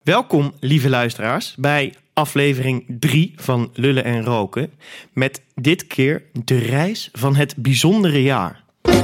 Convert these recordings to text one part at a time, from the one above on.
Welkom, lieve luisteraars, bij aflevering 3 van Lullen en Roken. Met dit keer de reis van het bijzondere jaar.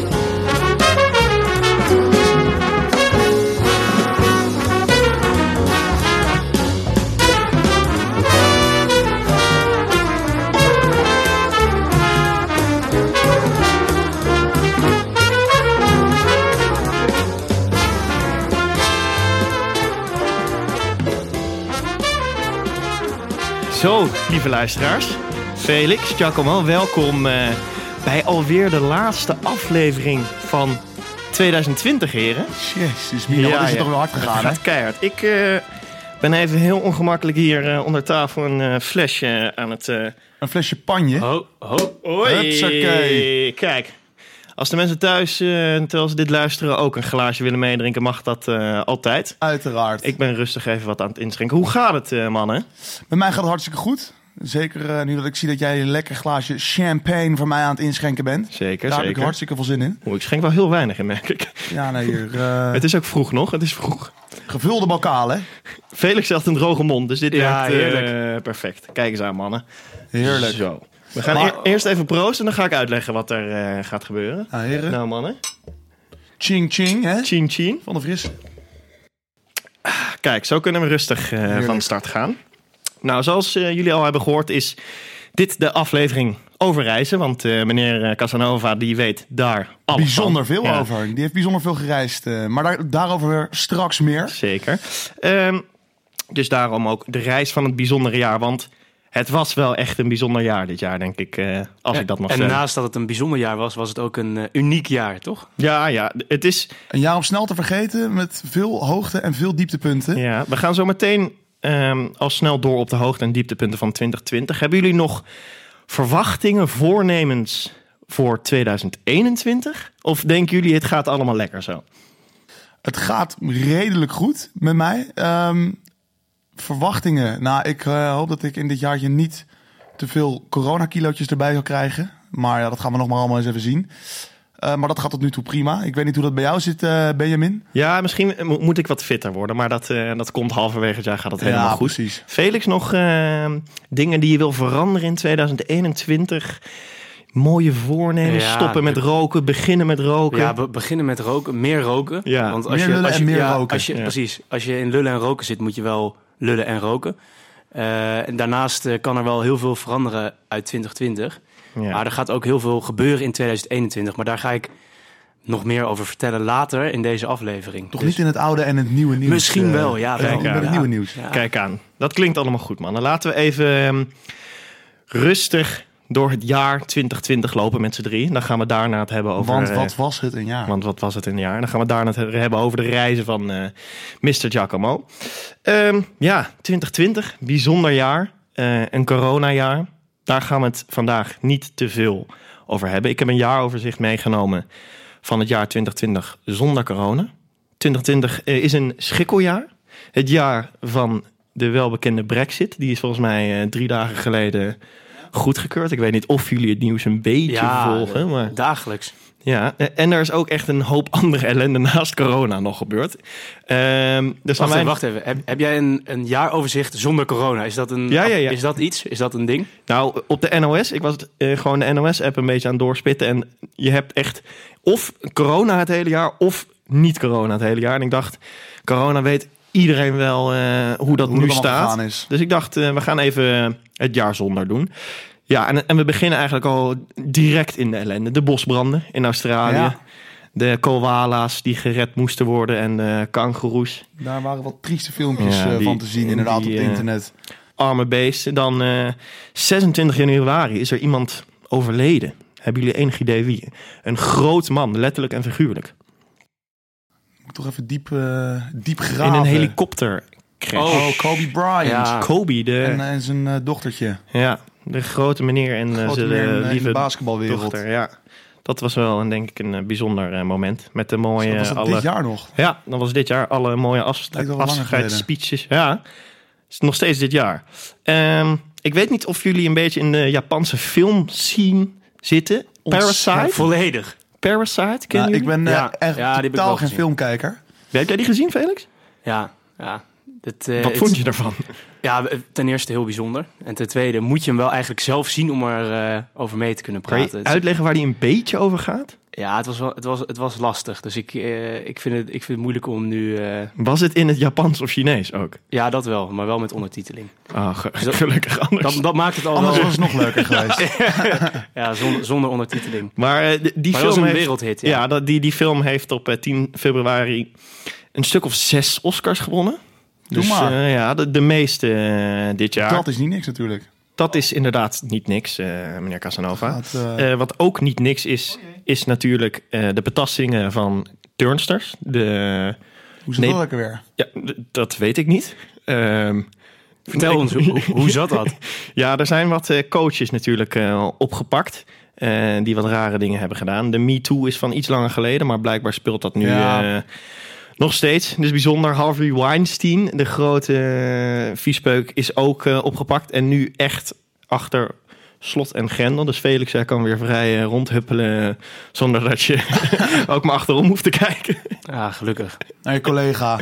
Zo, lieve luisteraars. Felix, Giacomo, welkom bij alweer de laatste aflevering van 2020, heren. Jezus, Mino, wat is het toch wel hard gegaan, het hè? gaat keihard. Ik ben even heel ongemakkelijk hier onder tafel een flesje aan het... Een flesje panje. Hoi. Hupsakee. Kijk, als de mensen thuis, terwijl ze dit luisteren, ook een glaasje willen meedrinken, mag dat altijd. Uiteraard. Ik ben rustig even wat aan het inschenken. Hoe gaat het, mannen? Met mij gaat het hartstikke goed. Zeker nu dat ik zie dat jij een lekker glaasje champagne voor mij aan het inschenken bent. Zeker, Daar heb ik hartstikke veel zin in. Ik schenk wel heel weinig in, merk ik. Ja, nee, hier. Het is ook vroeg nog, het is vroeg. Gevulde bokaal, hè? Felix zegt een droge mond, dus dit Ja, werkt perfect. Kijk eens aan, mannen. Heerlijk. Zo. We gaan eerst even proosten en dan ga ik uitleggen wat er gaat gebeuren. Nou, heren. Nou, mannen. Ching ching, hè? Chin chin. Van de Fris. Kijk, zo kunnen we rustig van de start gaan. Nou, zoals jullie al hebben gehoord is dit de aflevering over reizen. Want meneer Casanova die weet daar alles Bijzonder van. veel Ja, over. Die heeft bijzonder veel gereisd. Maar daarover straks meer. Zeker. Dus daarom ook de reis van het bijzondere jaar. Want het was wel echt een bijzonder jaar dit jaar, denk ik. Als ik dat mag en zeggen. naast dat het een bijzonder jaar was, was het ook een uniek jaar, toch? Ja, het is... Een jaar om snel te vergeten met veel hoogte- en veel dieptepunten. Ja, we gaan zo meteen al snel door op de hoogte- en dieptepunten van 2020. Hebben jullie nog verwachtingen, voornemens voor 2021? Of denken jullie het gaat allemaal lekker zo? Het gaat redelijk goed met mij. Verwachtingen. Nou, ik hoop dat ik in dit jaartje niet te veel coronakilootjes erbij zal krijgen. Maar ja, dat gaan we nog maar allemaal eens even zien. Maar dat gaat tot nu toe prima. Ik weet niet hoe dat bij jou zit, Benjamin. Ja, misschien moet ik wat fitter worden. Maar dat komt halverwege het jaar, gaat dat helemaal goed. Precies. Felix, nog dingen die je wil veranderen in 2021? Mooie voornemens, Ja, stoppen met roken, beginnen met roken. Ja, we beginnen met roken, meer roken. Ja. Want Meer lullen en meer roken. Ja. Precies, als je in lullen en roken zit, moet je wel lullen en roken. En daarnaast kan er wel heel veel veranderen uit 2020. Ja. Maar er gaat ook heel veel gebeuren in 2021. Maar daar ga ik nog meer over vertellen later in deze aflevering. Toch Dus niet in het oude en het nieuwe nieuws. misschien wel, ja. Kijk, Met het ja. nieuwe nieuws. Ja. Kijk aan, dat klinkt allemaal goed, man. Dan laten we even rustig door het jaar 2020 lopen met z'n drie. Dan gaan we daarna het hebben over... Want wat was het een jaar? Want wat was het een jaar? Dan gaan we daarna het hebben over de reizen van Mr. Giacomo. 2020, bijzonder jaar. Een coronajaar. Daar gaan we het vandaag niet te veel over hebben. Ik heb een jaaroverzicht meegenomen van het jaar 2020 zonder corona. 2020 is een schrikkeljaar. Het jaar van de welbekende Brexit. Die is volgens mij 3 dagen geleden goedgekeurd. Ik weet niet of jullie het nieuws een beetje volgen. Maar Dagelijks. ja, en er is ook echt een hoop andere ellende naast corona nog gebeurd. Wacht even. Heb jij een jaaroverzicht zonder corona? Is dat een? Ja. Is dat iets? Is dat een ding? Nou, op de NOS, ik was gewoon de NOS-app een beetje aan het doorspitten. En je hebt echt of corona het hele jaar of niet corona het hele jaar. En ik dacht, corona weet iedereen wel hoe dat nu het allemaal staat. gegaan is. Dus ik dacht, we gaan even het jaar zonder doen. Ja, en we beginnen eigenlijk al direct in de ellende. De bosbranden in Australië. Ja. De koala's die gered moesten worden en de kangoeroes. Daar waren wat trieste filmpjes Ja, van te zien inderdaad op het internet. Arme beesten. Dan 26 januari is er iemand overleden. Hebben jullie enig idee wie? Een groot man, letterlijk en figuurlijk. Moet toch even diep graven. In een helikoptercrash. Oh, Kobe Bryant. Ja. Kobe, En zijn dochtertje. de grote meneer en Grote zijn meneer in de lieve basketbalwereld. dochter. Ja. Dat was wel denk ik een bijzonder moment. Met de mooie... Was dat dit jaar nog? Ja, dan was dit jaar alle mooie Lijkt wel langer afscheidsspeeches. Ja, is nog steeds dit jaar. Ik weet niet of jullie een beetje in de Japanse filmscene zitten. Parasite? Volledig. Parasite, ken je? Ik ben Ja. echt Ja, die heb ik totaal wel geen gezien. filmkijker. Heb jij die gezien, Felix? Ja. Wat vond je ervan? Ja, ten eerste heel bijzonder. En ten tweede moet je hem wel eigenlijk zelf zien om er over mee te kunnen praten. Kan je uitleggen waar hij een beetje over gaat? Ja, het was lastig. Dus ik vind het moeilijk om nu... Was het in het Japans of Chinees ook? Ja, dat wel. Maar wel met ondertiteling. Gelukkig anders. Dat maakt het al Anders wel... was het nog leuker geweest. Ja, zonder ondertiteling. Maar die Maar film dat was een heeft, wereldhit. Ja, die film heeft op 10 februari een stuk of 6 Oscars gewonnen. Doe maar. Ja, de meeste dit jaar. Dat is niet niks natuurlijk. Dat is inderdaad niet niks, meneer Casanova. Wat ook niet niks is natuurlijk de betastingen van turnsters. Hoe zit dat lekker weer? Ja, dat weet ik niet. Vertel ons, hoe zat dat? Ja, er zijn wat coaches natuurlijk opgepakt. Die wat rare dingen hebben gedaan. De Me Too is van iets langer geleden, maar blijkbaar speelt dat nu nog steeds. Dus bijzonder. Harvey Weinstein, de grote viespeuk, is ook opgepakt. En nu echt achter slot en grendel. Dus Felix kan weer vrij rondhuppelen zonder dat je ook maar achterom hoeft te kijken. Ja, gelukkig. Naar je collega.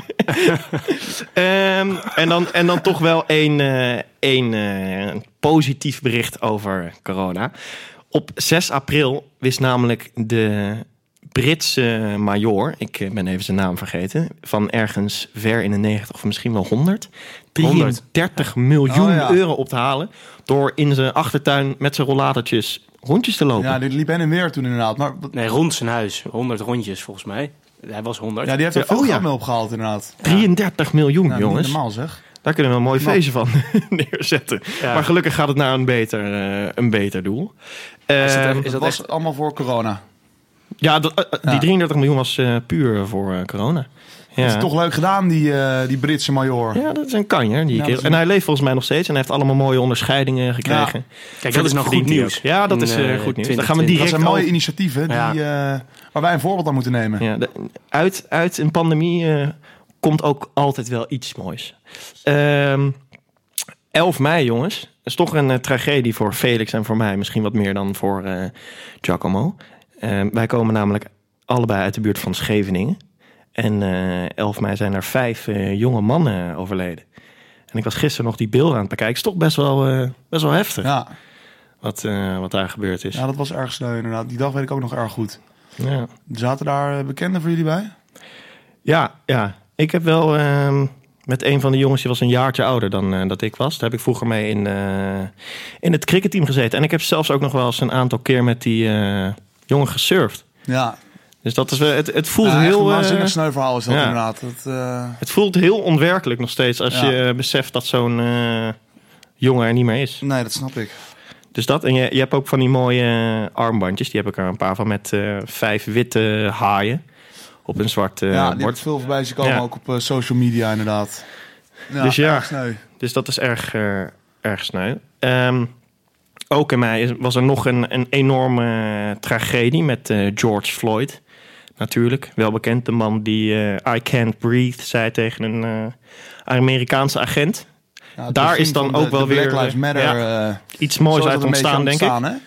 En dan toch wel één positief bericht over corona. Op 6 april wist namelijk de Britse majoor, ik ben even zijn naam vergeten, van ergens ver in de 90 of misschien wel 133 miljoen euro op te halen door in zijn achtertuin met zijn rollatortjes rondjes te lopen. Ja, die liep heen en weer toen inderdaad. Maar... Nee, rond zijn huis. 100 rondjes volgens mij. Hij was 100. Ja, die heeft er veel geld mee opgehaald inderdaad. 33 miljoen, Nou, jongens. Niet normaal zeg. Daar kunnen we een mooi feestje van neerzetten. Ja. Maar gelukkig gaat het naar een beter doel. Dat was echt allemaal voor corona? Ja, die 33 miljoen was puur voor corona. Ja. Dat is toch leuk gedaan, die Britse majoor. Ja, dat is een kanjer. En hij leeft volgens mij nog steeds. En hij heeft allemaal mooie onderscheidingen gekregen. Ja. Kijk, dat is nou goed nieuws. Ja, dat is goed nieuws. Dan gaan we direct dat zijn mooie initiatieven waar wij een voorbeeld aan moeten nemen. Ja, uit een pandemie komt ook altijd wel iets moois. 11 mei, jongens. Dat is toch een tragedie voor Felix en voor mij. Misschien wat meer dan voor Giacomo. Wij komen namelijk allebei uit de buurt van Scheveningen. En 11 mei zijn er 5 jonge mannen overleden. En ik was gisteren nog die beelden aan het bekijken. Het is toch best wel heftig wat daar gebeurd is. Ja, dat was erg sneu inderdaad. Die dag weet ik ook nog erg goed. Ja. Zaten daar bekenden voor jullie bij? Ja. Ik heb wel met een van de jongens, die was een jaartje ouder dan dat ik was. Daar heb ik vroeger mee in het cricketteam gezeten. En ik heb zelfs ook nog wel eens een aantal keer met die jongen gesurfd. Ja. Dus dat is het voelt heel... Een waanzinnig sneu verhaal is dat inderdaad. Het voelt heel onwerkelijk nog steeds als je beseft dat zo'n jongen er niet meer is. Nee, dat snap ik. Dus dat, en je hebt ook van die mooie armbandjes. Die heb ik er een paar van met 5 witte haaien op een zwart bord. Ja, die heb ik veel voorbij zien komen, ook op social media inderdaad. Ja, dus erg sneu. Dus dat is erg sneu. Ook in mei was er nog een enorme tragedie met George Floyd. Natuurlijk, wel bekend. De man die I can't breathe zei tegen een Amerikaanse agent. Ja, daar is dan ook wel weer Black Lives Matter, iets moois uit ontstaan, denk ik. Hè?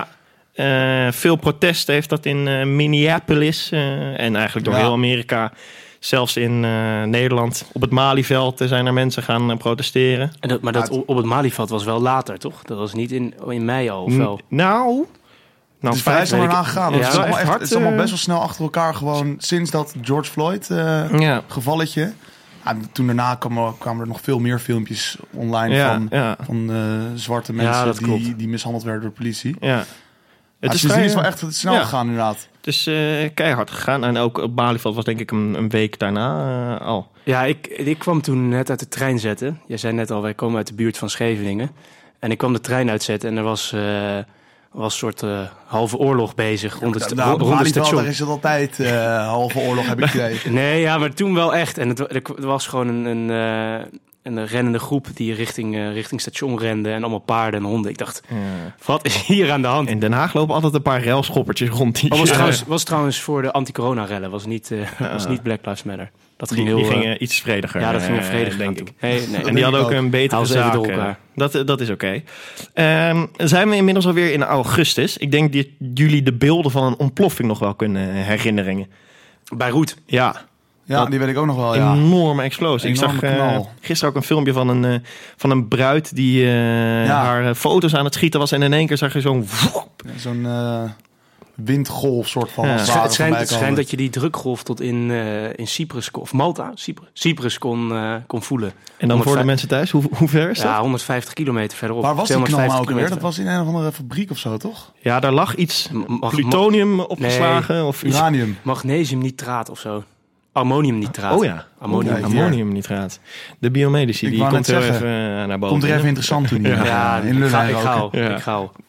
Ja, veel protest heeft dat in Minneapolis en eigenlijk door heel Amerika. Zelfs in Nederland, op het Malieveld zijn er mensen gaan protesteren. Maar dat op het Malieveld was wel later, toch? Dat was niet in mei al, of wel? Nou, het is vrij snel eraan gegaan. Het is allemaal best wel snel achter elkaar gewoon sinds dat George Floyd gevalletje. Ja, toen daarna kwamen er nog veel meer filmpjes online van zwarte mensen die mishandeld werden door de politie. Ja. Het is wel echt snel gegaan inderdaad. Het is keihard gegaan. En ook op Malieveld was denk ik een week daarna al. Ja, ik kwam toen net uit de trein zetten. Jij zei net al, wij komen uit de buurt van Scheveningen. En ik kwam de trein uitzetten en er was een soort halve oorlog bezig rond het station. Daar is het altijd halve oorlog, heb ik idee. Nee, ja, maar toen wel echt. En het was gewoon een rennende groep die richting station rende. En allemaal paarden en honden. Ik dacht, wat is hier aan de hand? In Den Haag lopen altijd een paar railschoppertjes rond. Was trouwens voor de anti-corona-rellen. Was niet Black Lives Matter. Die gingen iets vrediger. Ja, dat ging vrediger, denk ik. Nee. En die hadden ook een betere zaak. Dat is oké. Zijn we inmiddels alweer in augustus. Ik denk dat jullie de beelden van een ontploffing nog wel kunnen herinneren. Beirut. Ja. Ja, die weet ik ook nog wel, enorme explosie. Ik zag gisteren ook een filmpje van een bruid die haar foto's aan het schieten was. En in één keer zag je zo'n windgolf soort van. Het schijnt dat je die drukgolf tot in Cyprus of Malta, Cyprus kon voelen. En dan voor de mensen thuis, hoe ver is dat? Ja, 150 kilometer verderop. Waar was die knal ook weer? Dat was in een of andere fabriek of zo, toch? Ja, daar lag iets plutonium opgeslagen. Nee, of uranium. Magnesiumnitraat of zo. Ammoniumnitraat. Oh ja, ammoniumnitraat. De biomedici, die komt er even naar boven. Komt er even interessant toen. Ik ga al.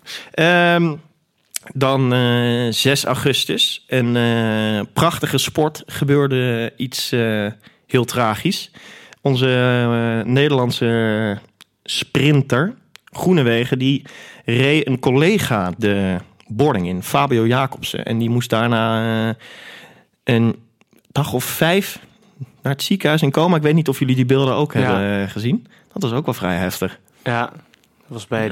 Dan 6 augustus. Een prachtige sport gebeurde iets heel tragisch. Onze Nederlandse sprinter, Groenewegen, die reed een collega de boarding in, Fabio Jacobsen. En die moest daarna een dag of 5 naar het ziekenhuis in coma. Ik weet niet of jullie die beelden ook hebben gezien. Dat was ook wel vrij heftig. Ja, dat was bij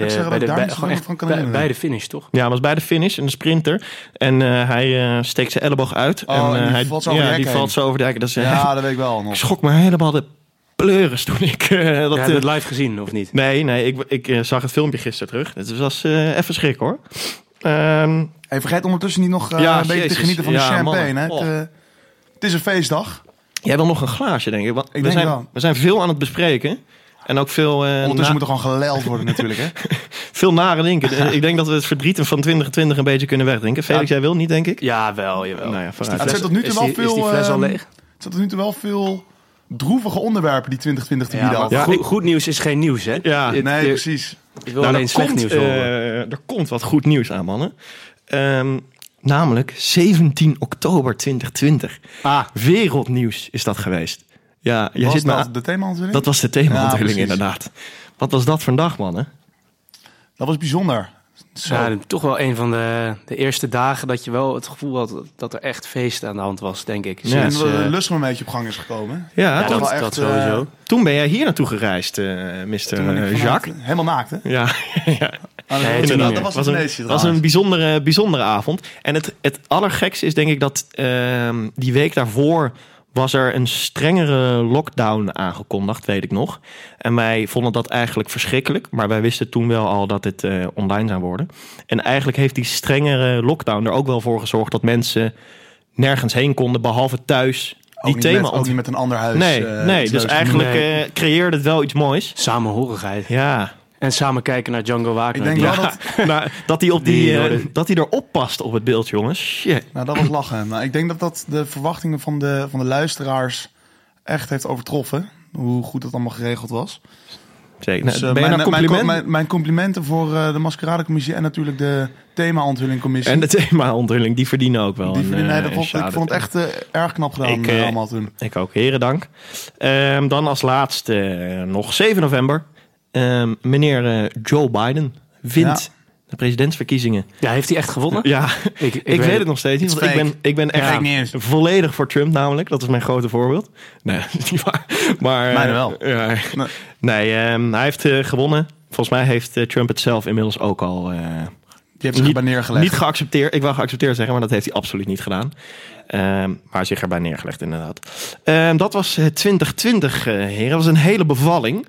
de finish, toch? Ja, dat was bij de finish, een sprinter. En hij steekt zijn elleboog uit. Die valt zo over de hek. Dat dat weet ik wel nog. Ik schrok me helemaal de pleuris toen ik... Heb je het live gezien, of niet? Nee, ik zag het filmpje gisteren terug. Het was even schrik, hoor. Vergeet ondertussen niet nog een beetje te genieten van de champagne. Hè? Het is een feestdag. Jij wil nog een glaasje, denk ik. Want we zijn veel aan het bespreken. En ook veel... Ondertussen moet er gewoon geleld worden natuurlijk, hè? Veel nare dingen. Ik denk dat we het verdriet van 2020 een beetje kunnen wegdrinken. Felix, jij wil niet, denk ik? Ja, wel. Jawel. Nou ja, het zit tot nu toe wel veel... Is die fles al leeg? Het zit tot nu toe wel veel droevige onderwerpen die 2020 te bieden had. Goed nieuws is geen nieuws, hè? Ja, nee, precies. Ik wil alleen slecht nieuws horen. Er komt wat goed nieuws aan, mannen. Namelijk 17 oktober 2020. Wereldnieuws is dat geweest. Ja, was dat de thema-onthulling? Dat was de thema-onthulling, inderdaad. Wat was dat voor een dag, man? Hè? Dat was bijzonder. Ja, toch wel een van de eerste dagen dat je wel het gevoel had dat er echt feest aan de hand was, denk ik. Sinds de lust een beetje op gang is gekomen. Ja, dat sowieso. Toen ben jij hier naartoe gereisd, Mr. Jacques. Helemaal naakt, hè? Ja. Dat was een bijzondere avond. En het allergekste is denk ik dat die week daarvoor was er een strengere lockdown aangekondigd, weet ik nog. En wij vonden dat eigenlijk verschrikkelijk. Maar wij wisten toen wel al dat het online zou worden. En eigenlijk heeft die strengere lockdown er ook wel voor gezorgd dat mensen nergens heen konden, behalve thuis. Ook niet met een ander huis. Nee, dus eigenlijk creëerde het wel iets moois. Samenhorigheid. Ja. En samen kijken naar Django Wagner. Ik denk wel dat hij erop past op het beeld, jongens. Shit. Nou, dat was lachen. Maar ik denk dat de verwachtingen van de luisteraars echt heeft overtroffen. Hoe goed het allemaal geregeld was. Zeker. Dus, mijn complimenten voor de Maskeradecommissie en natuurlijk de thema-onthullingcommissie. En de thema-onthulling, die verdienen ook wel. Ik vond het echt erg knap gedaan allemaal toen. Ik ook, heren dank. Dan als laatste nog 7 november. Meneer Joe Biden wint de presidentsverkiezingen. Ja, heeft hij echt gewonnen? Ja, ik weet het nog steeds niet. Want ik ben echt volledig voor Trump namelijk. Dat is mijn grote voorbeeld. Nee, dat is niet waar. Maar, Mijne wel. Hij heeft gewonnen. Volgens mij heeft Trump het zelf inmiddels ook al... Die heeft zich erbij neergelegd. Niet geaccepteerd. Ik wou geaccepteerd zeggen, maar dat heeft hij absoluut niet gedaan. Maar zich erbij neergelegd inderdaad. Dat was 2020, heren. Dat was een hele bevalling.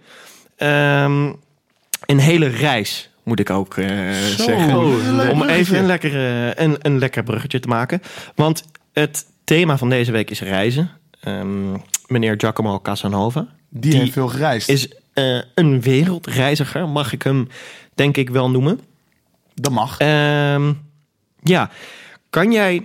Een hele reis, moet ik ook zeggen. Om even een lekker bruggetje te maken. Want het thema van deze week is reizen. Meneer Giacomo Casanova. Die heeft veel gereisd. Is een wereldreiziger, mag ik hem denk ik wel noemen. Dat mag. Kan jij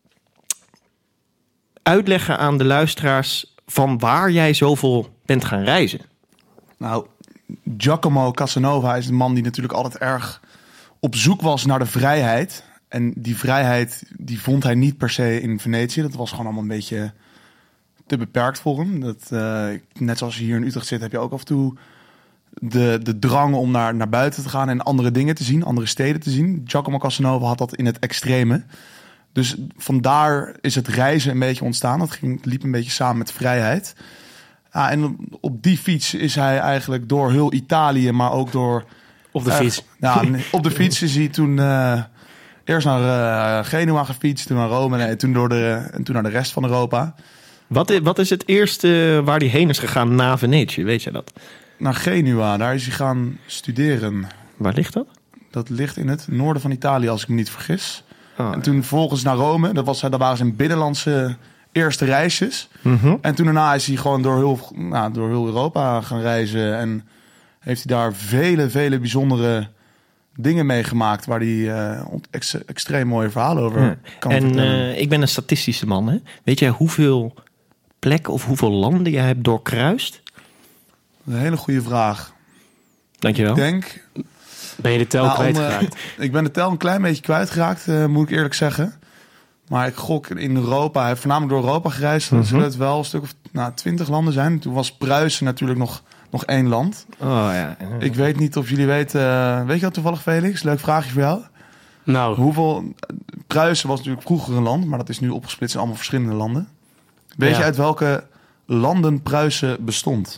uitleggen aan de luisteraars van waar jij zoveel bent gaan reizen? Nou, Giacomo Casanova is een man die natuurlijk altijd erg op zoek was naar de vrijheid. En die vrijheid die vond hij niet per se in Venetië. Dat was gewoon allemaal een beetje te beperkt voor hem. Net zoals je hier in Utrecht zit, heb je ook af en toe de drang om naar buiten te gaan en andere dingen te zien, andere steden te zien. Giacomo Casanova had dat in het extreme. Dus vandaar is het reizen een beetje ontstaan. Dat liep een beetje samen met vrijheid. Ja, en op die fiets is hij eigenlijk door heel Italië, maar ook door... Op de fiets? Ja, op de fiets is hij toen eerst naar Genua gefietst, toen naar Rome en toen naar de rest van Europa. Wat is het eerste waar hij heen is gegaan na Venetië? Weet je dat? Naar Genua, daar is hij gaan studeren. Waar ligt dat? Dat ligt in het noorden van Italië, als ik me niet vergis. En toen vervolgens naar Rome. Dat waren zijn binnenlandse eerste reisjes. Mm-hmm. En toen daarna is hij gewoon door heel Europa gaan reizen. En heeft hij daar vele bijzondere dingen meegemaakt... waar hij extreem mooie verhalen over kan vertellen. En ik ben een statistische man. Hè? Weet jij hoeveel plekken of hoeveel landen jij hebt doorkruist? Een hele goede vraag. Dankjewel. Ik denk... Ben je de tel kwijtgeraakt? Ik ben de tel een klein beetje kwijtgeraakt, moet ik eerlijk zeggen. Maar ik gok in Europa. Hij heeft voornamelijk door Europa gereisd. Dan zullen het wel een stuk of 20 landen zijn. Toen was Pruisen natuurlijk nog 1 land. Oh ja. Ik weet niet of jullie weten... weet je dat toevallig, Felix? Leuk vraagje voor jou. Nou. Hoeveel... Pruisen was natuurlijk vroeger een land, maar dat is nu opgesplitst in allemaal verschillende landen. Weet je uit welke landen Pruisen bestond?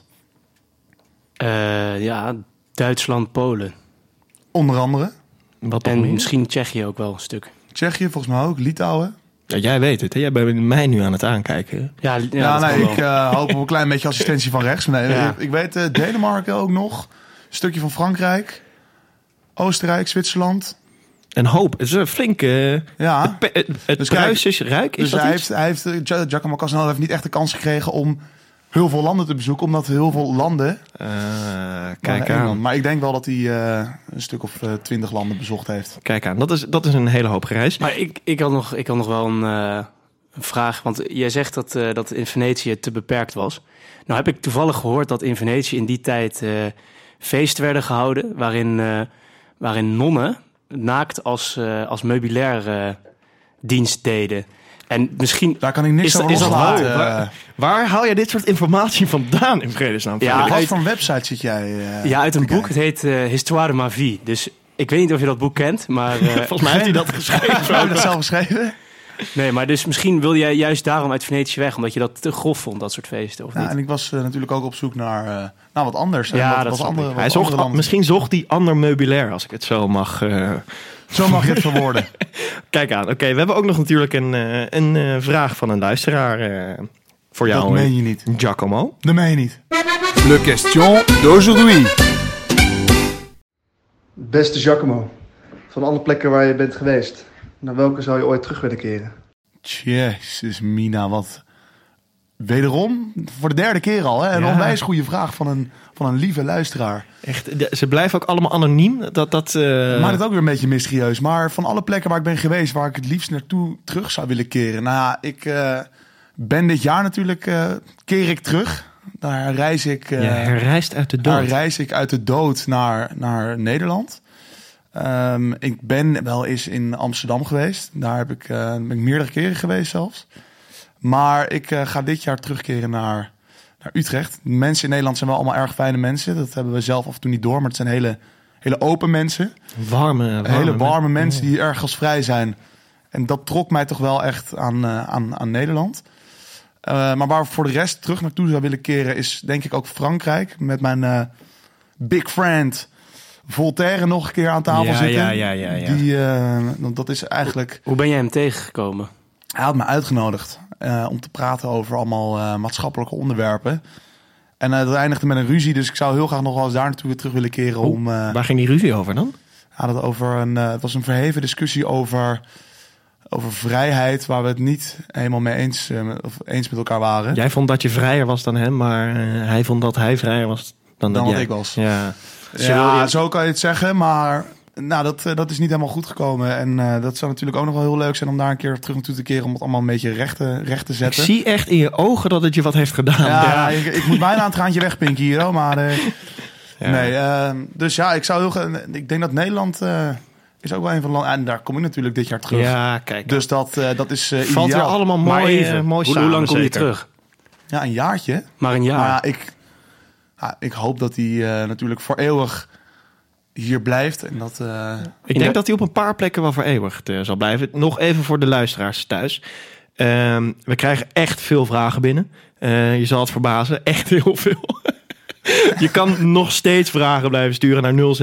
Duitsland, Polen. Onder andere. En misschien Tsjechië ook wel een stuk. Tsjechië volgens mij ook, Litouwen. Ja, jij weet het, hè? Jij bent mij nu aan het aankijken. Ik hoop op een klein beetje assistentie van rechts. Nee, ik weet Denemarken ook nog. Een stukje van Frankrijk. Oostenrijk, Zwitserland. En hoop. Het is een flinke... Het dus Pruisisch Rijk, is dat hij heeft Giacomo Casanova heeft niet echt de kans gekregen om heel veel landen te bezoeken. Omdat heel veel landen... kijk aan. Maar ik denk wel dat hij een stuk of 20 landen bezocht heeft. Kijk aan. Dat is een hele hoop gereisd. Maar ik had nog wel een vraag. Want jij zegt dat in Venetië te beperkt was. Nou heb ik toevallig gehoord dat in Venetië in die tijd feesten werden gehouden. Waarin nonnen naakt als meubilair dienst deden. En misschien... Daar kan ik niks over loslaten. Waar haal jij dit soort informatie vandaan in vredesnaam? Wat voor een website zit jij? Uit een boek. Het heet Histoire de ma vie. Dus ik weet niet of je dat boek kent, maar... Volgens mij heeft hij dat geschreven. Heb je dat zelf geschreven? Nee, maar dus misschien wil jij juist daarom uit Venetië weg, omdat je dat te grof vond, dat soort feesten, of niet? En ik was natuurlijk ook op zoek naar wat anders. Misschien zocht hij ander meubilair, als ik het zo mag... Zo mag je het verwoorden. Kijk aan. Oké, we hebben ook nog natuurlijk een vraag van een luisteraar voor jou. Dat meen je niet. Giacomo. Dat meen je niet. Le question d'aujourd'hui. Beste Giacomo, van alle plekken waar je bent geweest, naar welke zou je ooit terug willen keren? Jezus, Mina, wat... Wederom, voor de 3e keer al, hè? Een onwijs goede vraag van een lieve luisteraar. Echt, ze blijven ook allemaal anoniem. Maakt het ook weer een beetje mysterieus. Maar van alle plekken waar ik ben geweest, waar ik het liefst naartoe terug zou willen keren. Nou, ik ben dit jaar natuurlijk, keer ik terug. Daar reis ik... reist uit de dood. Daar reis ik uit de dood naar Nederland. Ik ben wel eens in Amsterdam geweest. Daar ben ik meerdere keren geweest zelfs. Maar ik ga dit jaar terugkeren naar Utrecht. Mensen in Nederland zijn wel allemaal erg fijne mensen. Dat hebben we zelf af en toe niet door. Maar het zijn hele open mensen. Warme mensen die erg gastvrij zijn. En dat trok mij toch wel echt aan Nederland. Maar waar we voor de rest terug naartoe zou willen keren is denk ik ook Frankrijk. Met mijn big friend Voltaire nog een keer aan tafel zitten. Ja. Dat is eigenlijk... Hoe ben jij hem tegengekomen? Hij had me uitgenodigd om te praten over allemaal maatschappelijke onderwerpen. En dat eindigde met een ruzie, dus ik zou heel graag nog wel eens daar naartoe weer terug willen keren. Waar ging die ruzie over dan? Het was een verheven discussie over vrijheid, waar we het niet helemaal mee eens met elkaar waren. Jij vond dat je vrijer was dan hem, maar hij vond dat hij vrijer was dan wat jij. Ik was. Ja, zo kan je het zeggen, maar... Nou, dat is niet helemaal goed gekomen. En dat zou natuurlijk ook nog wel heel leuk zijn om daar een keer terug naartoe te keren. Om het allemaal een beetje recht te zetten. Ik zie echt in je ogen dat het je wat heeft gedaan. Ja. Ik moet bijna een traantje wegpinken hier. Maar nee, dus ja, ik denk dat Nederland is ook wel een van de landen. En daar kom ik natuurlijk dit jaar terug. Ja, kijk. Dus dat is ideaal. Valt weer allemaal mooi samen. Hoe lang kom je terug? Ja, een jaartje. Maar een jaar? Maar ik hoop dat hij natuurlijk voor eeuwig... hier blijft. En dat, ik denk dat hij op een paar plekken wel vereeuwigd zal blijven. Nog even voor de luisteraars thuis. We krijgen echt veel vragen binnen. Je zal het verbazen. Echt heel veel. Je kan nog steeds vragen blijven sturen naar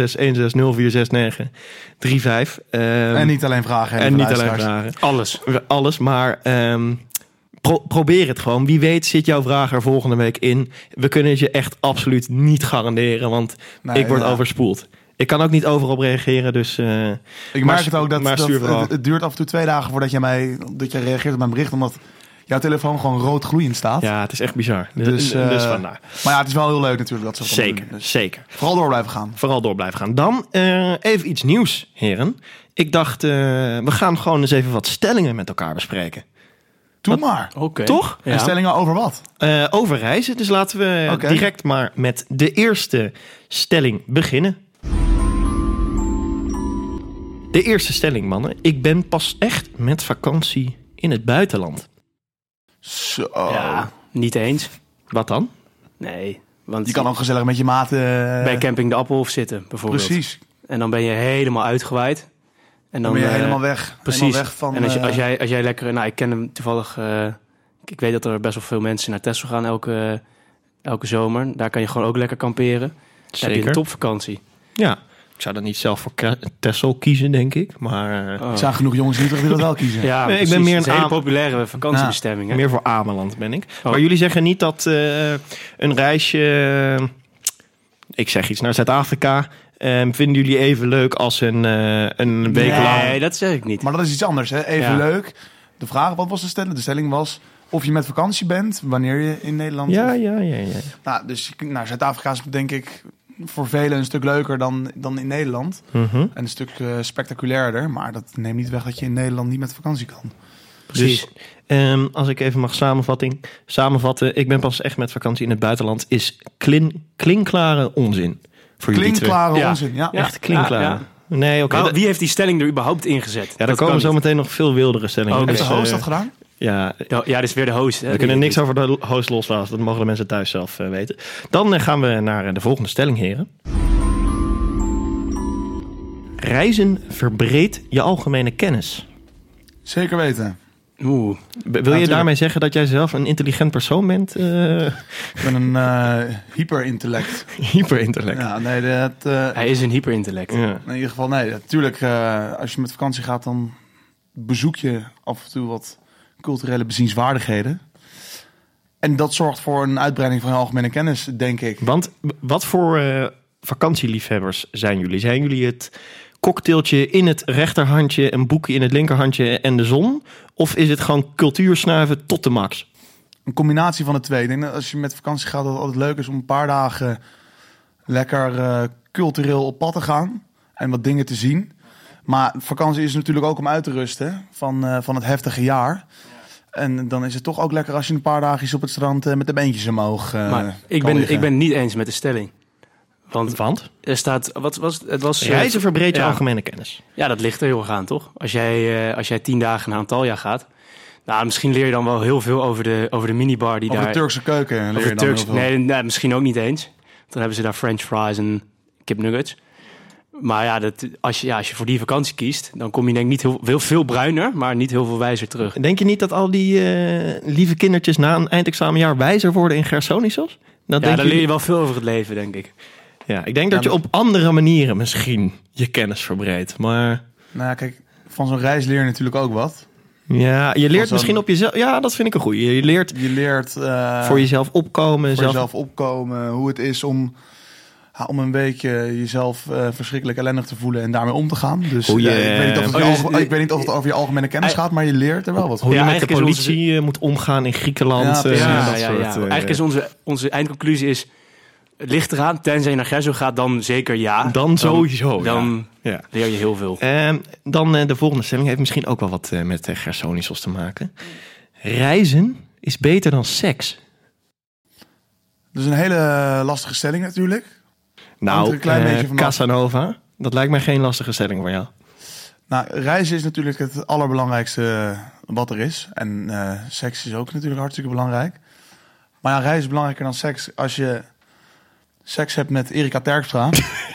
0616046935. En niet alleen vragen. En niet alleen vragen. Alles, maar... Probeer het gewoon. Wie weet zit jouw vraag er volgende week in. We kunnen het je echt absoluut niet garanderen, want ik word overspoeld. Ik kan ook niet overal op reageren, dus... ik merk het ook dat het duurt af en toe 2 dagen voordat jij reageert op mijn bericht, omdat jouw telefoon gewoon rood gloeiend staat. Ja, het is echt bizar. Dus vandaar. Maar ja, het is wel heel leuk natuurlijk dat ze dat doen. Dus zeker. Vooral door blijven gaan. Dan even iets nieuws, heren. Ik dacht, we gaan gewoon eens even wat stellingen met elkaar bespreken. Doe maar. Okay. Toch? Ja. En stellingen over wat? Over reizen. Dus laten we direct maar met de eerste stelling beginnen. De eerste stelling, mannen. Ik ben pas echt met vakantie in het buitenland. Zo. Ja, niet eens. Wat dan? Nee. Want je kan ook gezellig met je maten... bij Camping de Appelhof zitten, bijvoorbeeld. Precies. En dan ben je helemaal uitgewaaid. En dan ben je helemaal weg. Precies. Helemaal weg van, en als jij lekker... Nou, ik ken hem toevallig... ik weet dat er best wel veel mensen naar Texel gaan elke zomer. Daar kan je gewoon ook lekker kamperen. Zeker. Heb je een topvakantie. Ja. Ik zou dan niet zelf voor Texel kiezen, denk ik. Maar er zijn genoeg jongens die dat wel kiezen. Ja, nee, ik ben meer een hele populaire vakantiebestemming. Ja. Meer voor Ameland ben ik. Maar jullie zeggen niet dat een reisje... ik zeg iets naar Zuid-Afrika... vinden jullie even leuk als een week lang? Nee, dat zeg ik niet. Maar dat is iets anders, hè? Even leuk. De vraag, wat was de stelling? De stelling was of je met vakantie bent, wanneer je in Nederland... Ja. Nou, dus Zuid-Afrika is denk ik voor velen een stuk leuker dan in Nederland. Mm-hmm. En een stuk spectaculairder. Maar dat neemt niet weg dat je in Nederland niet met vakantie kan. Precies. Dus, als ik even mag samenvatten. Ik ben pas echt met vakantie in het buitenland. Is klinkklare onzin. Klinkklare onzin, ja. Echt klinkklare. Ja. Nee, oké. Maar wie heeft die stelling er überhaupt ingezet? Ja, er komen zo meteen nog veel wildere stellingen. Heeft de host dat gedaan? Ja, dit is weer de host. We kunnen niks over de host loslaten. Dat mogen de mensen thuis zelf weten. Dan gaan we naar de volgende stelling, heren. Reizen verbreedt je algemene kennis. Zeker weten. Wil je daarmee zeggen dat jij zelf een intelligent persoon bent? Ik ben een hyperintellect. Hyperintellect. Ja, nee, hij is een hyperintellect. Ja. In ieder geval, nee. Natuurlijk, als je met vakantie gaat, dan bezoek je af en toe wat culturele bezienswaardigheden. En dat zorgt voor een uitbreiding van je algemene kennis, denk ik. Want wat voor vakantieliefhebbers zijn jullie? Zijn jullie het cocktailtje in het rechterhandje, een boekje in het linkerhandje en de zon? Of is het gewoon cultuursnuiven tot de max? Een combinatie van de twee. Ik denk dat als je met vakantie gaat, dat het altijd leuk is om een paar dagen lekker cultureel op pad te gaan en wat dingen te zien. Maar vakantie is natuurlijk ook om uit te rusten van het heftige jaar. En dan is het toch ook lekker als je een paar dagjes op het strand met de beentjes omhoog maar ik ben het niet eens met de stelling. Want er staat, het was reizen verbreedt je algemene kennis. Ja, dat ligt er heel erg aan, toch? Als jij 10 dagen naar Antalya gaat, nou, misschien leer je dan wel heel veel over de minibar die over daar... de Turkse keuken leer je dan heel veel. Nee, misschien ook niet eens. Dan hebben ze daar French fries en kipnuggets. Maar ja, als je voor die vakantie kiest, dan kom je denk ik niet veel bruiner, maar niet heel veel wijzer terug. Denk je niet dat al die lieve kindertjes na een eindexamenjaar wijzer worden in Gersonisos? Dan leer je wel veel over het leven, denk ik. Ja, ik denk dat je op andere manieren misschien je kennis verbreedt, maar... Nou ja, kijk, van zo'n reis leer je natuurlijk ook wat. Ja, je leert misschien op jezelf... Ja, dat vind ik een goeie. Je leert voor jezelf opkomen. Jezelf opkomen, hoe het is om een weekje jezelf verschrikkelijk ellendig te voelen en daarmee om te gaan. Dus ik weet niet of het over je algemene kennis gaat, maar je leert er wel wat van. Hoe je met de politie moet omgaan in Griekenland. Eigenlijk is onze eindconclusie is... Het ligt eraan, tenzij je naar Gerso gaat, dan zeker ja. Dan sowieso, Dan leer je heel veel. Dan de volgende stelling heeft misschien ook wel wat met Gersonisos te maken. Reizen is beter dan seks. Dat is een hele lastige stelling natuurlijk. Nou, Casanova, dat lijkt mij geen lastige stelling voor jou. Nou, reizen is natuurlijk het allerbelangrijkste wat er is. En seks is ook natuurlijk hartstikke belangrijk. Maar ja, reizen is belangrijker dan seks. Als je seks hebt met Erika Terpstra.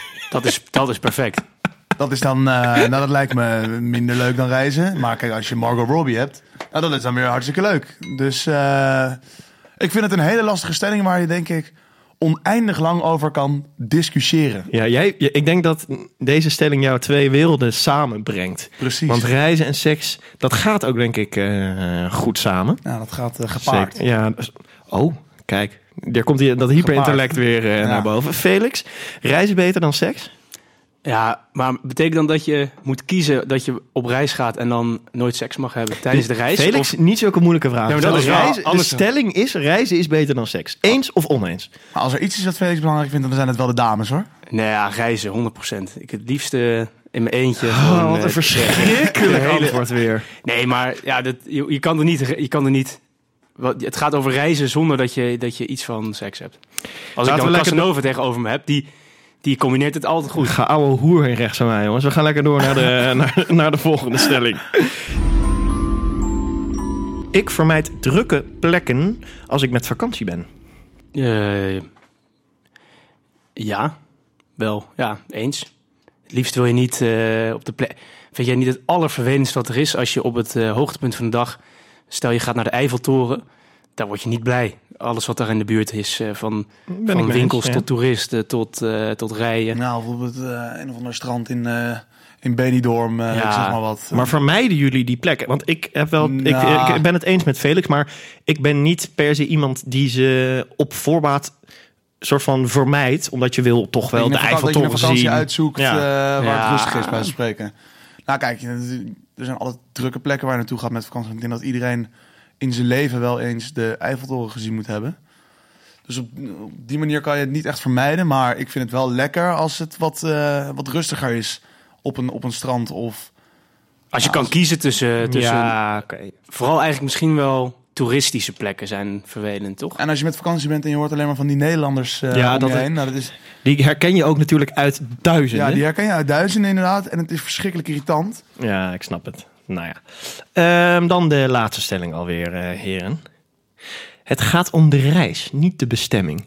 Dat is perfect. Dat is dan, dat lijkt me minder leuk dan reizen. Maar kijk, als je Margot Robbie hebt, dat is dan weer hartstikke leuk. Dus ik vind het een hele lastige stelling waar je denk ik oneindig lang over kan discussiëren. Ja, ik denk dat deze stelling jou 2 werelden samenbrengt. Precies. Want reizen en seks, dat gaat ook denk ik goed samen. Ja, dat gaat gepaard. Zeker. Ja, kijk, daar komt dat hyperintellect weer naar boven. Felix, reizen beter dan seks? Ja, maar betekent dan dat je moet kiezen dat je op reis gaat en dan nooit seks mag hebben tijdens de reis? Felix, niet zulke moeilijke vraag. Ja, de stelling is, reizen is beter dan seks. Eens of oneens? Maar als er iets is wat Felix belangrijk vindt, dan zijn het wel de dames, hoor. Nee, ja, reizen, 100%. Ik het liefste in mijn eentje. Wat een verschrikkelijk antwoord weer. Nee, maar ja, je kan er niet... Het gaat over reizen zonder dat je iets van seks hebt. Als ik dan Casanova tegenover me heb, die combineert het altijd goed. Ga ouwe hoer heen rechts van mij, jongens. We gaan lekker door naar de volgende stelling. Ik vermijd drukke plekken als ik met vakantie ben. Ja, wel. Ja, eens. Het liefst wil je niet op de plek... Vind jij niet het allervervelendste wat er is als je op het hoogtepunt van de dag... Stel je gaat naar de Eiffeltoren, daar word je niet blij. Alles wat daar in de buurt is, van winkels tot toeristen tot rijen. Nou, bijvoorbeeld een of ander strand in Benidorm, zeg maar wat. Maar vermijden jullie die plekken? Want ik heb wel, ik ben het eens met Felix, maar ik ben niet per se iemand die ze op voorbaat soort van vermijdt, omdat je wil toch wel de Eiffeltoren zien. Dat je een vakantie uitzoekt waar het rustig is, bij spreken. Nou kijk, er zijn altijd drukke plekken waar je naartoe gaat met vakantie. Ik denk dat iedereen in zijn leven wel eens de Eiffeltoren gezien moet hebben. Dus op die manier kan je het niet echt vermijden. Maar ik vind het wel lekker als het wat rustiger is op een strand. Of als je kan kiezen tussen vooral eigenlijk misschien wel toeristische plekken zijn vervelend, toch? En als je met vakantie bent en je hoort alleen maar van die Nederlanders om je heen. Nou, die herken je ook natuurlijk uit duizenden. Ja, die herken je uit duizenden inderdaad. En het is verschrikkelijk irritant. Ja, ik snap het. Nou ja. Dan de laatste stelling alweer, heren. Het gaat om de reis, niet de bestemming.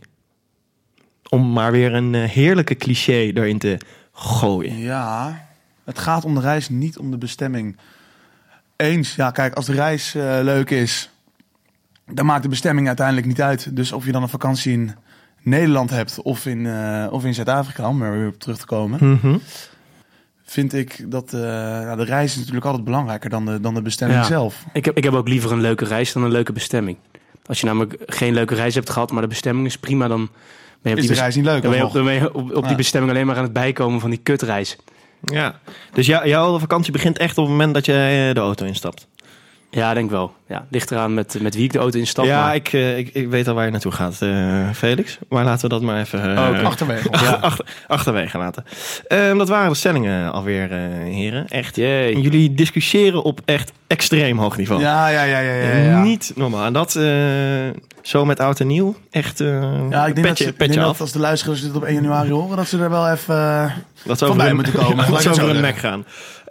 Om maar weer een heerlijke cliché erin te gooien. Ja, het gaat om de reis, niet om de bestemming. Eens, ja, kijk, als de reis leuk is, dan maakt de bestemming uiteindelijk niet uit. Dus of je dan een vakantie in Nederland hebt of in Zuid-Afrika, om er weer op terug te komen, vind ik dat de reis is natuurlijk altijd belangrijker dan de bestemming zelf. Ik heb ook liever een leuke reis dan een leuke bestemming. Als je namelijk geen leuke reis hebt gehad, maar de bestemming is prima, dan ben je op de reis niet leuk. Dan ben je op die bestemming alleen maar aan het bijkomen van die kutreis. Ja, dus jouw vakantie begint echt op het moment dat je de auto instapt? Ja, denk wel. Ja, ligt eraan met wie ik de auto instap. Ja, maar ik weet al waar je naartoe gaat, Felix. Maar laten we dat maar even achterwege. Achterwege laten. Dat waren de stellingen alweer, heren. Echt. Jullie discussiëren op echt extreem hoog niveau. Ja. Niet normaal. En dat zo met oud en nieuw. Echt ik denk dat als de luisteraars dit op 1 januari horen, dat ze er wel even voorbij moeten komen. Dat ze over hun nek gaan.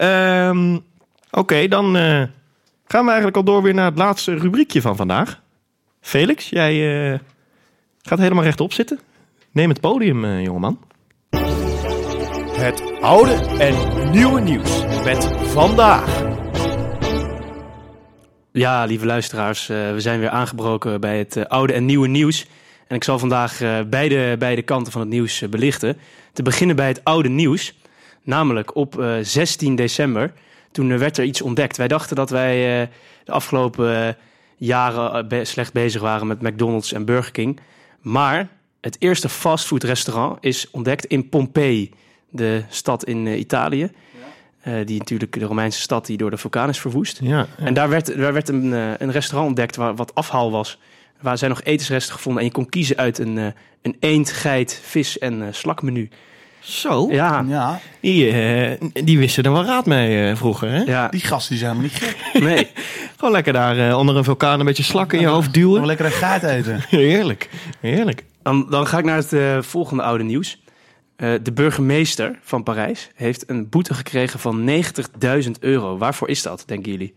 Oké, dan gaan we eigenlijk al door weer naar het laatste rubriekje van vandaag. Felix, jij gaat helemaal rechtop zitten. Neem het podium, jongeman. Het oude en nieuwe nieuws met vandaag. Ja, lieve luisteraars, we zijn weer aangebroken bij het oude en nieuwe nieuws. En ik zal vandaag beide kanten van het nieuws belichten. Te beginnen bij het oude nieuws, namelijk op 16 december... Toen werd er iets ontdekt. Wij dachten dat wij de afgelopen jaren slecht bezig waren met McDonald's en Burger King. Maar het eerste fastfoodrestaurant is ontdekt in Pompeii, de stad in Italië. Ja. Die natuurlijk de Romeinse stad die door de vulkaan is verwoest. Ja. En daar werd een restaurant ontdekt wat afhaal was. Waar zijn nog etensresten gevonden en je kon kiezen uit een eend, geit, vis en slakmenu. Zo? Ja. Die wisten er wel raad mee vroeger, hè? Ja. Die gasten zijn helemaal niet gek. Nee. Gewoon lekker daar onder een vulkaan een beetje slak in je hoofd duwen. Gewoon lekker een gaat eten. Heerlijk. Dan ga ik naar het volgende oude nieuws. De burgemeester van Parijs heeft een boete gekregen van €90.000. Waarvoor is dat, denken jullie?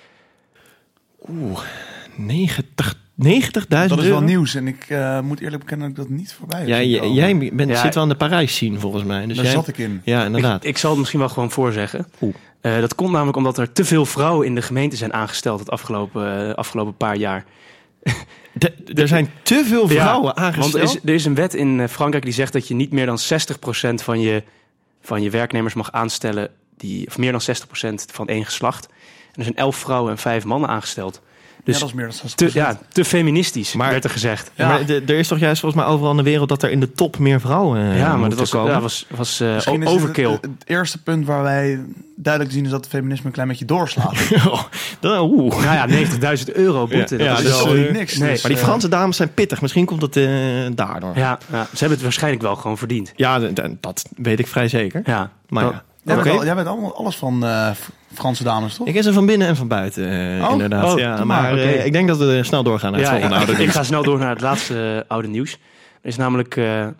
90.000 Dat is wel nieuws en ik moet eerlijk bekennen dat ik dat niet voorbij heb. Jij zit wel aan de Parijs scene volgens mij. Dus daar zat ik in. Ja, inderdaad. Ik zal het misschien wel gewoon voorzeggen. Dat komt namelijk omdat er te veel vrouwen in de gemeente zijn aangesteld het afgelopen paar jaar. Er zijn te veel vrouwen aangesteld. Want er is een wet in Frankrijk die zegt dat je niet meer dan 60% van je werknemers mag aanstellen, of meer dan 60% van één geslacht. En er zijn 11 vrouwen en 5 mannen aangesteld. Dus dat is meer dan 60%. Te feministisch, werd er gezegd. Ja. Maar er is toch juist volgens mij overal in de wereld dat er in de top meer vrouwen maar dat was overkill. Het eerste punt waar wij duidelijk zien is dat het feminisme een klein beetje doorslaat. Nou ja, €90.000 boete. Dat is niks. Nee. Dus, maar die Franse dames zijn pittig. Misschien komt het daardoor. Ja, ze hebben het waarschijnlijk wel gewoon verdiend. Ja, dat weet ik vrij zeker. Ja. Maar Jij weet allemaal alles van Franse dames, toch? Ik ken ze van binnen en van buiten, inderdaad. Ik denk dat we snel doorgaan naar het volgende oude nieuws. Ik ga snel door naar het laatste oude nieuws. Er is namelijk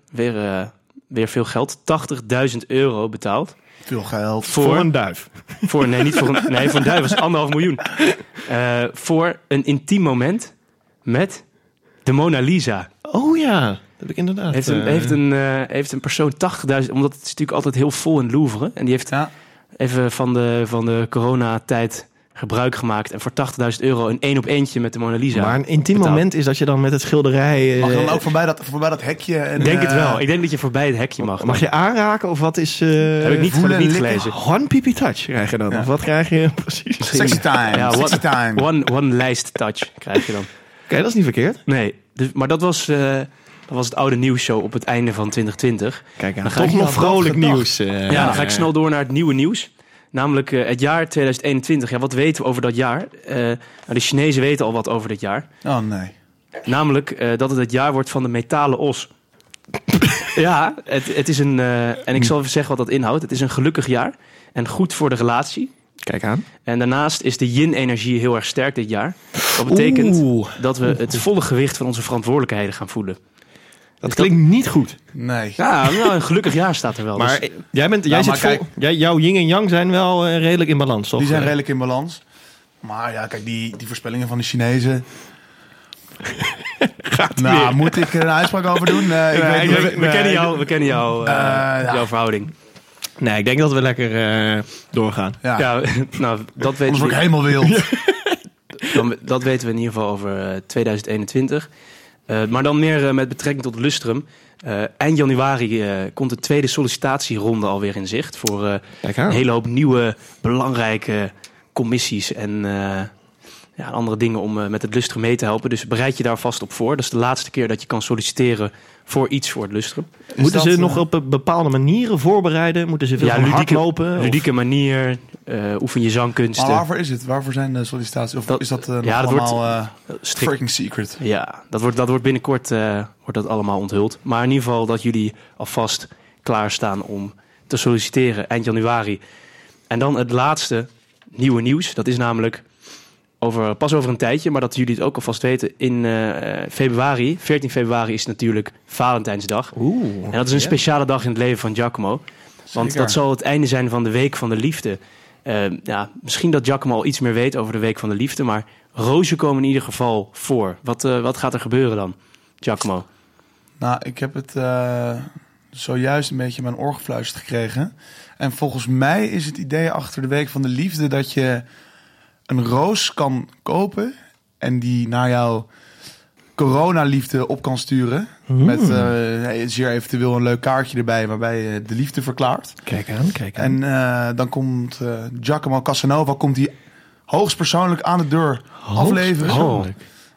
weer veel geld. €80.000 betaald. Veel geld. Voor een duif. Voor een duif was 1,5 miljoen. Voor een intiem moment met de Mona Lisa. Oh ja, dat heb ik inderdaad. Heeft een persoon 80.000... Omdat het is natuurlijk altijd heel vol in Louvre. En die heeft even van de coronatijd gebruik gemaakt. En voor €80.000 een 1-op-1'tje met de Mona Lisa. Maar een intiem moment is dat je dan met het schilderij... Mag je dan ook voorbij dat hekje? Ik denk het wel. Ik denk dat je voorbij het hekje mag. Mag je aanraken of wat is... heb ik niet gelezen. One pipi touch krijg je dan. Of wat krijg je precies? Sexy time. Ja, sexy time. One lijst touch krijg je dan. Oké, dat is niet verkeerd. Nee, maar dat was het oude nieuwsshow op het einde van 2020. Kijk aan, toch nog vrolijk nieuws. Dan ga ik snel door naar het nieuwe nieuws. Namelijk het jaar 2021. Ja, wat weten we over dat jaar? De Chinezen weten al wat over dit jaar. Oh nee. Namelijk dat het jaar wordt van de metalen os. Ja, het is een... en ik zal even zeggen wat dat inhoudt. Het is een gelukkig jaar en goed voor de relatie. Kijk aan. En daarnaast is de yin-energie heel erg sterk dit jaar. Dat betekent dat we het volle gewicht van onze verantwoordelijkheden gaan voelen. Dat klinkt niet goed. Nee. Ja, een gelukkig jaar staat er wel. Maar dus. Jouw yin en yang zijn wel redelijk in balans, toch? Die zijn redelijk in balans. Maar ja, kijk, die voorspellingen van de Chinezen... moet ik er een uitspraak over doen? We kennen jouw verhouding. Nee, ik denk dat we lekker doorgaan. Ja, nou, dat weten we. Anders word ik helemaal wild. Dat weten we in ieder geval over 2021. Maar dan meer met betrekking tot Lustrum. Eind januari komt de tweede sollicitatieronde alweer in zicht. Voor een hele hoop nieuwe, belangrijke commissies en andere dingen om met het Lustrum mee te helpen. Dus bereid je daar vast op voor. Dat is de laatste keer dat je kan solliciteren voor iets voor het Lustrum. Moeten ze nog op bepaalde manieren voorbereiden? Moeten ze veel hardlopen? Ludieke manier, oefen je zangkunsten. Maar waarvoor is het? Waarvoor zijn de sollicitaties? Of is dat allemaal freaking secret? Ja, dat wordt binnenkort wordt dat allemaal onthuld. Maar in ieder geval dat jullie alvast klaarstaan om te solliciteren eind januari. En dan het laatste nieuwe nieuws. Dat is namelijk pas over een tijdje, maar dat jullie het ook alvast weten. In 14 februari is natuurlijk Valentijnsdag. En dat is een speciale dag in het leven van Giacomo. Want dat zal het einde zijn van de Week van de Liefde. Misschien dat Giacomo al iets meer weet over de Week van de Liefde, maar rozen komen in ieder geval voor. Wat gaat er gebeuren dan, Giacomo? Nou, ik heb het zojuist een beetje in mijn oor gefluisterd gekregen. En volgens mij is het idee achter de Week van de Liefde dat je een roos kan kopen en die naar jouw coronaliefde op kan sturen. Met zeer eventueel een leuk kaartje erbij waarbij je de liefde verklaart. Kijk aan. En dan komt Giacomo Casanova hoogstpersoonlijk aan de deur afleveren.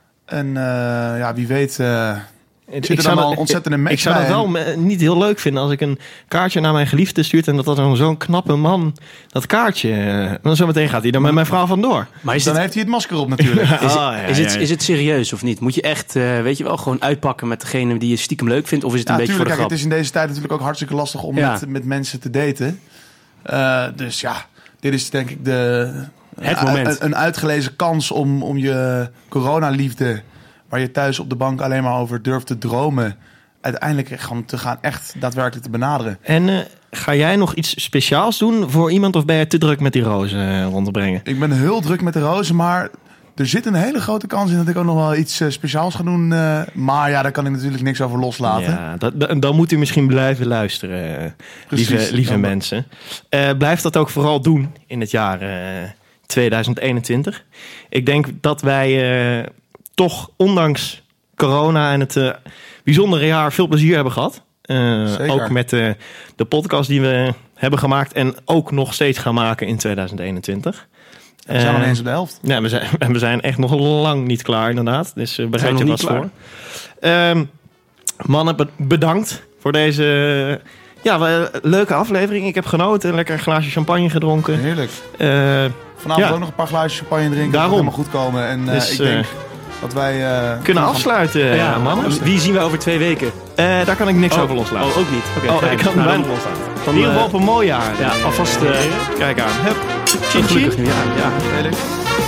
En wie weet zit er dan al ontzettend een match. Ik zou dat wel niet heel leuk vinden als ik een kaartje naar mijn geliefde stuurt en dat dan zo'n knappe man dat kaartje... dan zometeen gaat hij dan met mijn vrouw vandoor. Maar dan heeft hij het masker op natuurlijk. Is het serieus of niet? Moet je echt, gewoon uitpakken met degene die je stiekem leuk vindt? Of is het een beetje voor de grap? Het is in deze tijd natuurlijk ook hartstikke lastig om met mensen te daten. Dus ja, dit is denk ik het moment. Een uitgelezen kans om je coronaliefde, waar je thuis op de bank alleen maar over durft te dromen, uiteindelijk te gaan echt daadwerkelijk te benaderen. En ga jij nog iets speciaals doen voor iemand of ben je te druk met die rozen rond te brengen? Ik ben heel druk met de rozen, maar er zit een hele grote kans in dat ik ook nog wel iets speciaals ga doen. Maar ja, daar kan ik natuurlijk niks over loslaten. Ja, dan moet u misschien blijven luisteren, lieve mensen. Blijf dat ook vooral doen in het jaar 2021. Ik denk dat wij toch ondanks corona en het bijzondere jaar veel plezier hebben gehad. Ook met de podcast die we hebben gemaakt en ook nog steeds gaan maken in 2021. We zijn nog eens op de helft. Ja, we zijn echt nog lang niet klaar inderdaad. Dus bereid je vast voor. Mannen, bedankt voor deze leuke aflevering. Ik heb genoten. Lekker een glaasje champagne gedronken. Heerlijk. Vanavond ook nog een paar glaasjes champagne drinken. Daarom. Dat helemaal goed komen. En dus, ik denk dat wij kunnen afsluiten, mannen. Wie zien we over 2 weken? Daar kan ik niks over loslaten. Ook niet. Ik kan het weinig loslaten. In ieder geval op een mooi jaar. Ja, alvast... Kijk aan. Hup. Gelukkig nieuwjaar. Ja.